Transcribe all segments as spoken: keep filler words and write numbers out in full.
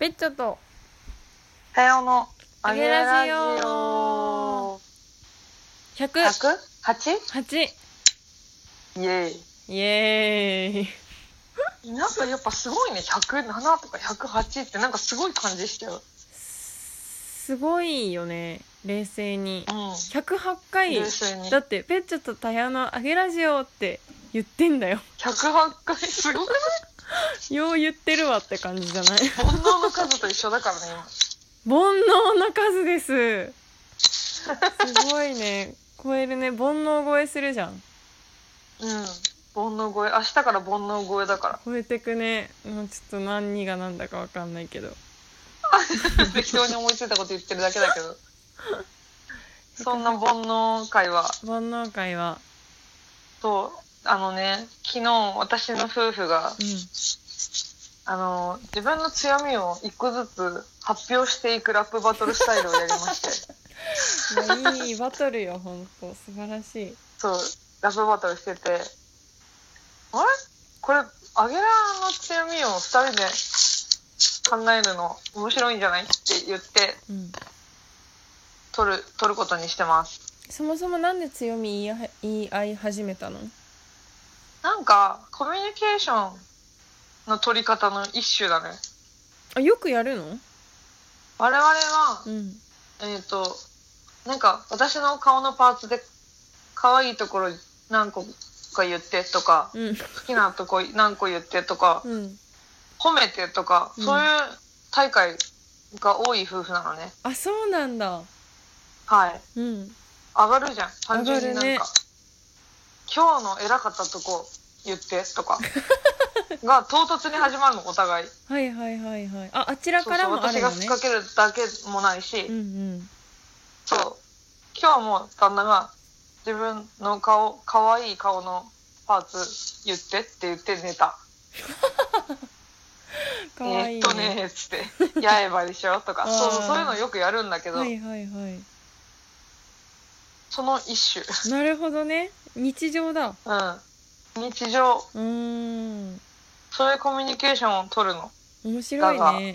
ペッチョとさよのあげラジオ ひゃくひゃくはち? はちイエイエーイーイ。なんかやっぱすごいね。ひゃくななとかひゃくはちってなんかすごい感じしたよ。 すごいよね、冷静に、 うん、 ひゃくはちかい冷静に。 だってペッチョとタヤのあげラジオって言ってんだよ。 ひゃくはちかいすごくない？ よう言ってるわって感じじゃない？ 煩悩の数と一緒だからね今。煩悩の数です。すごいね、超えるね。煩悩超えするじゃん。 うん、煩悩超え。明日から煩悩超えだから超えてくね。もうちょっと何が何だか分かんないけど適当に思いついたこと言ってるだけだけどそんな煩悩会は煩悩会はそうあのね、昨日私の夫婦が、 うんあの自分の強みを一個ずつ発表していくラップバトルスタイルをやりましていや、いいバトルよ、ほんと素晴らしい。 そうラップバトルしてて、あれこれアゲラの強みをふたりで考えるの面白いんじゃないって言って、うん、取る取ることにしてます。 そもそもなんで強み言い、言い合い始めたの？ なんかコミュニケーションの取り方の一種だね。 あ、よくやるの？ 我々は、うん、えっとなんか私の顔のパーツで可愛いところ何個か言ってとか、うん、好きなとこ何個言ってとか、うん、褒めてとか、うん、そういう大会が多い夫婦なのね。 あ、そうなんだ。 はい、うん、上がるじゃん単純になんか、ね、今日の偉かったとこ言ってとかが唐突に始まるの、お互い。 はいはいはいはい。あ、あちらからもあるのね。 そうそう、私が仕掛けるだけもないし、うんうん、そう今日も旦那が自分の顔、可愛い顔のパーツ言ってって言って寝た。 かわいいね。 えー、っとねーっつって八重歯でしょとかそうそう、そういうのよくやるんだけど、 はいはいはい、 その一種。 なるほどね、日常だ。 うん、日常。 うーん、 そういうコミュニケーションを取るの。 面白いね。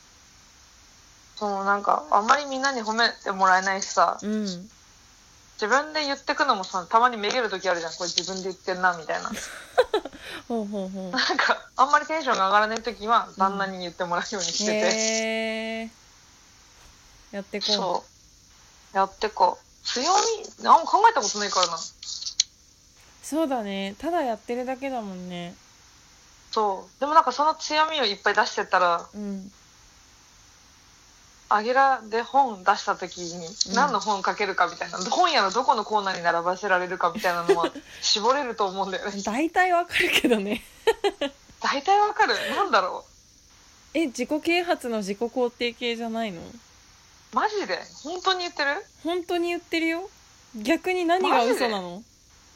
そうなんかあんまりみんなに褒めてもらえないしさ、うん、自分で言ってくのもさ、たまにめげる時あるじゃん。これ自分で言ってんなみたいなほうほうほう。 なんかあんまりテンションが上がらない時は旦那に言ってもらうようにしてて、うん、 へー、やってこう。 そうやってこう。強みあんま考えたことないからな。 そうだね、ただやってるだけだもんね。 そうでもなんかその強みをいっぱい出してったら、うん、アゲラで本出した時に何の本書けるかみたいな、うん、本屋のどこのコーナーに並ばせられるかみたいなのは絞れると思うんだよね。 大体わかるけどね大体わかる。なんだろう。え、自己啓発の自己肯定系じゃないの？ マジで本当に言ってる？ 本当に言ってるよ。逆に何が嘘なの？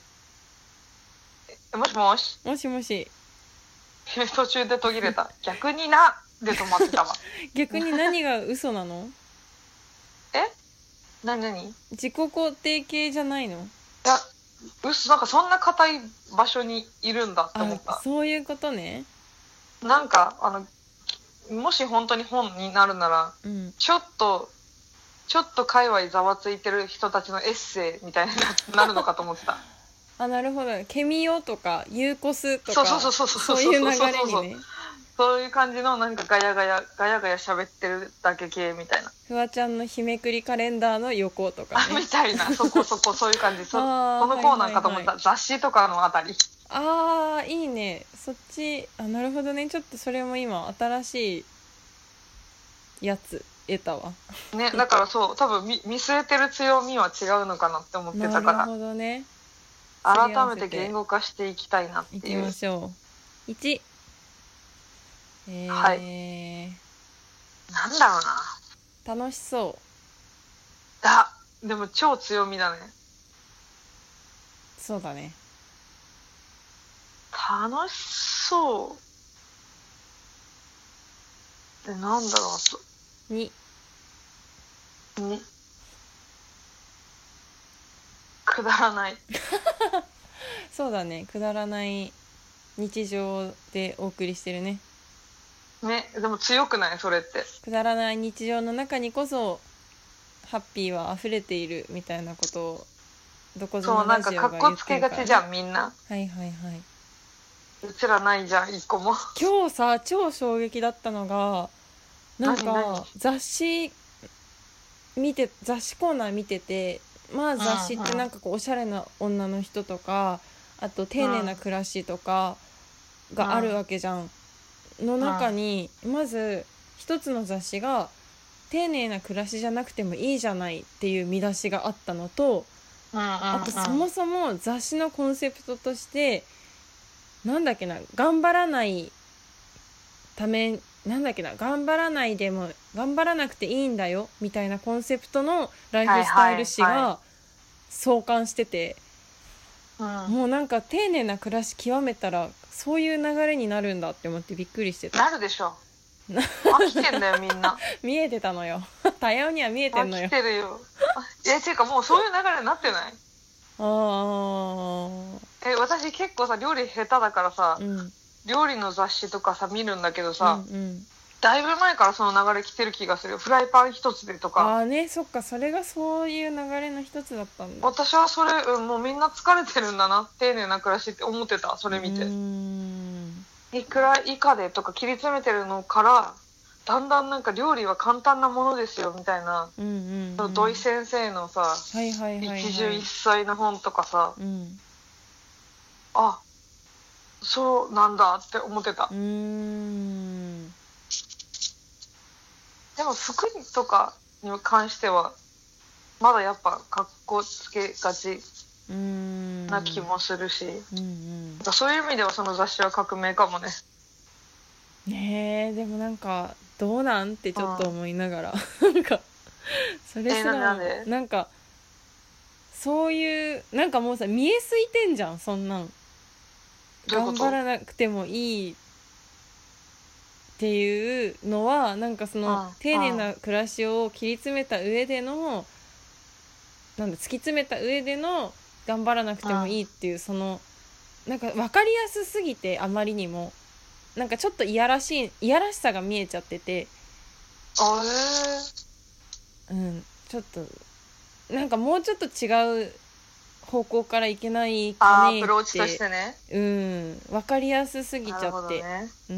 え、もしもしもしもし途中で途切れた逆になで止まってたわ逆に何が嘘なの？ え、なになに？ 自己肯定系じゃないの？いや、嘘。なんかそんな硬い場所にいるんだって思った。 そういうことね。 なんかあのもし本当に本になるなら、うん、ちょっとちょっと界隈ざわついてる人たちのエッセイみたいになるのかと思ってたあ、なるほど。ケミオとかユーコスとか、 そうそうそうそうそう、 そういう流れにね。 そういう感じのなんかガヤガヤガヤガヤ喋ってるだけ系みたいな。 フワちゃんの日めくりカレンダーの横とかね。 みたいな、そこそこそういう感じ。そ, そのコーナーかと思った、はいはいはい、雑誌とかのあたり。 あー、いいね。そっち。あ、なるほどね。ちょっとそれも今新しいやつ得たわね。だからそう多分 見, 見据えてる強みは違うのかなって思ってたから、 なるほどね。 改めて言語化していきたいなっていう。いきましょう。いち、えー、 はい。なんだろうな。楽しそう。 あ、でも超強みだね。 そうだね。 楽しそうで、なんだろうと。 に。 に。くだらないそうだね、くだらない日常でお送りしてるね。 ね、でも強くないそれって。 くだらない日常の中にこそハッピーは溢れているみたいなことをどこぞのラジオが言ってるから、ね、そうなんかかっこつけがちじゃんみんな。はいはいはい。 うちらないじゃん一個も。 今日さ超衝撃だったのがなんか雑誌見て雑誌コーナー見てて、まあ雑誌ってなんかこうおしゃれな女の人とかあと丁寧な暮らしとかがあるわけじゃん。の中にまず一つの雑誌が丁寧な暮らしじゃなくてもいいじゃないっていう見出しがあったのと、あとそもそも雑誌のコンセプトとしてなんだっけな、頑張らないためなんだっけな頑張らないでも頑張らなくていいんだよみたいなコンセプトのライフスタイル誌が創刊してて、はいはいはい、もうなんか丁寧な暮らし極めたらそういう流れになるんだって思ってびっくりしてた。 なるでしょ。飽きてんだよみんな。 見えてたのよ。多様には見えてんのよ。 飽きてるよ。え、ていうかもうそういう流れになってない？ あーえ、私結構さ料理下手だからさ、うん、料理の雑誌とかさ見るんだけどさ、うんうん、だいぶ前からその流れ来てる気がするよ。フライパン一つでとか。 ああね、そっか、それがそういう流れの一つだったんだ。 私はそれ、うん、もうみんな疲れてるんだな、丁寧な暮らしって思ってた、それ見て。うーん、いくら以下でとか切り詰めてるのからだんだんなんか料理は簡単なものですよみたいな、うんうんうん、土井先生のさ、はいはいはいはい、一汁一菜の本とかさ、うん、あ、そうなんだって思ってた。うーん、でも服とかに関してはまだやっぱかっこつけがちな気もするし、うんうん、そういう意味ではその雑誌は革命かもね。 ねえ、でもなんかどうなんってちょっと思いながら、うん、なんかそれすらも、えー、なんでなんかそういうなんかもうさ見えすいてんじゃん、そんなん。頑張らなくてもいいっていうのはなんかその丁寧な暮らしを切り詰めた上でのなんだ突き詰めた上での頑張らなくてもいいっていう、そのなんか分かりやすすぎてあまりにもなんかちょっといやらしいいやらしさが見えちゃってて、 あれうんちょっとなんかもうちょっと違う方向からいけないかねって、あ、アプローチとしてね、うん分かりやすすぎちゃって、なるほどね、うん、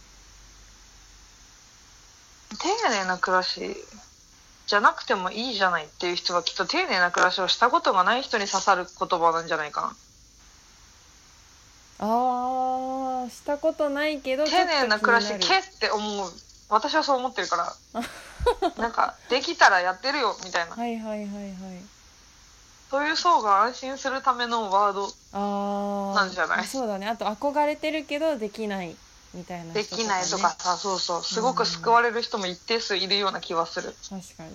丁寧な暮らしじゃなくてもいいじゃないっていう人はきっと丁寧な暮らしをしたことがない人に刺さる言葉なんじゃないかな。 あー、したことないけど丁寧な暮らしけって思う。私はそう思ってるからなんかできたらやってるよみたいな、 はいはいはいはい、 そういう層が安心するためのワードなんじゃない？あ、 そうだね。あと憧れてるけどできないみたいな人とか、ね、 できないとかさ、そうそう、すごく救われる人も一定数いるような気はする。 確かに。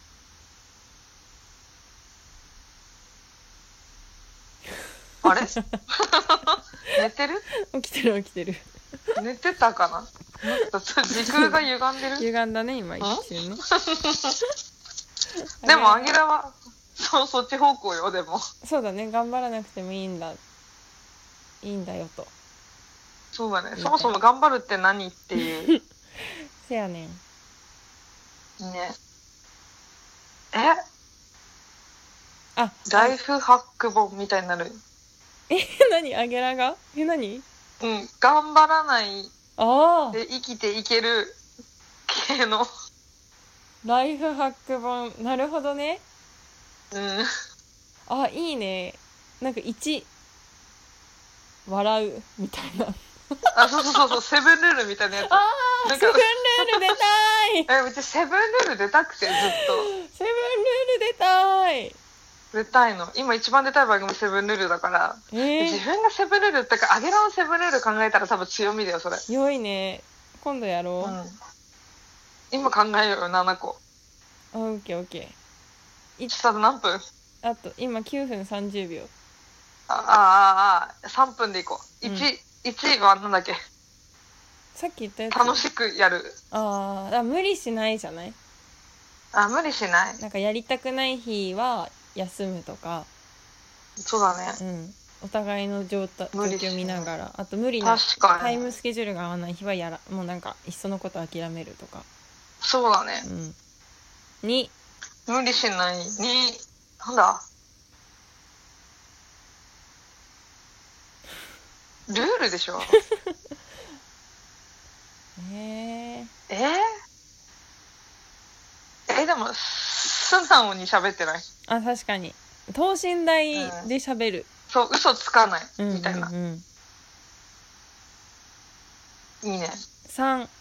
あれ寝てる？ 起きてる起きてる。 寝てたかな。なんか時空が歪んでる。 歪んだね今一瞬ね。 でもアギラはそうそっち方向よ。でもそうだね、頑張らなくてもいいんだいいんだよと。 そうだね、そもそも頑張るって何っていうせやねんね。えあ、 ライフハック本みたいになる。 え、何アゲラがえ、何？ うん、頑張らないあで生きていける系のライフハック本。なるほどね。 うん、 あ、いいね。なんかいち笑うみたいなあ、そうそうそう、セブンルールみたいなやつ。 あー、セブンルール出たいえ、うちセブンルール出たくてずっとセブンルール出たい出たいの。今一番出たい番組セブンルールだから、えー、自分がセブンルールってかアゲラのセブンルール考えたら多分強みだよそれ。 良いね、今度やろう、うん、 今考えようよななこ。 あ、オッケーオッケー。いちさと何分？ あと今きゅうふんさんじゅうびょう。 ああああ、さんぷんでいこう。いち、うん、いちいはなんだっけ、 さっき言ったやつ。 楽しくやる。 ああ、無理しないじゃない。 あ、無理しない。 なんかやりたくない日は休むとか。 そうだね。 うん。 お互いの状態状無理しない況見ながら、あと無理な確かにタイムスケジュールが合わない日はやらもうなんかいっそのこと諦めるとか。 そうだね。 うん。に無理しないに、なんだルールでしょえー、 えー、えでも素直に喋ってない。 あ、確かに等身大で喋る、 そう、嘘つかない、 うん、 みたいな、 うんうん、 いいね。 さんえ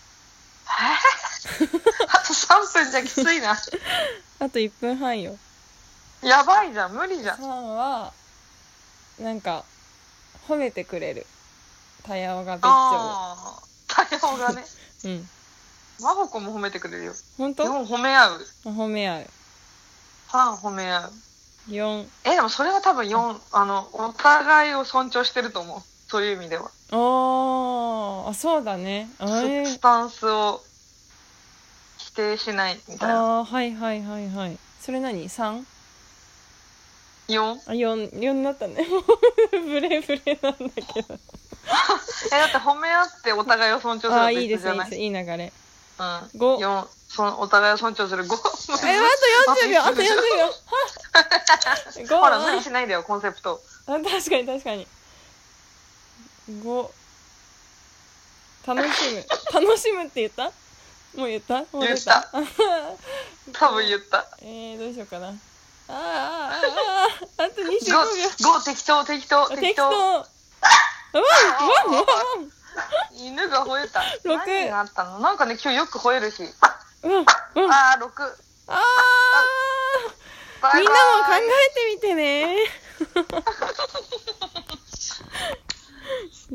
あとさんぷんじゃきついなあといっぷんはんよ。 やばいじゃん、無理じゃん。 さんはなんか褒めてくれる。タヤオが別調。 ああ、タヤオがねうん。 マホコも褒めてくれるよ。 本当？ よん褒め合う。 褒め合う。 さん褒め合う。 よん。 え、でもそれは多分よん、あの、お互いを尊重してると思う。そういう意味では。 ああ、そうだね。えー、 スタンスを否定しないみたいな。 ああ、はいはいはいはい。それ何 さん？ よん? あ、よん、よんになったね。ブレブレなんだけど。 え、だって褒め合ってお互いを尊重するのは別じゃない？ あ、いいですね、いいです、いい流れ。 うん。 ご。 よん、そのお互いを尊重するご。え、あとよんじゅうびょう、あとよんじゅうびょう。ご。 ほら、無理しないでよ、コンセプト。 あ、確かに確かに。ご。楽しむ。楽しむって言った？もう言った？もう言った。多分言った。 えー、どうしようかな。あーあーあーあとにじゅうごびょう。 ご、適当、適当、適当。 ワンワンワンワン。 犬が吠えた。 ろく。 何があったの？なんかね、今日よく吠える日。 うん、うん。 あー、ろく。 あー、みんなも考えてみてね。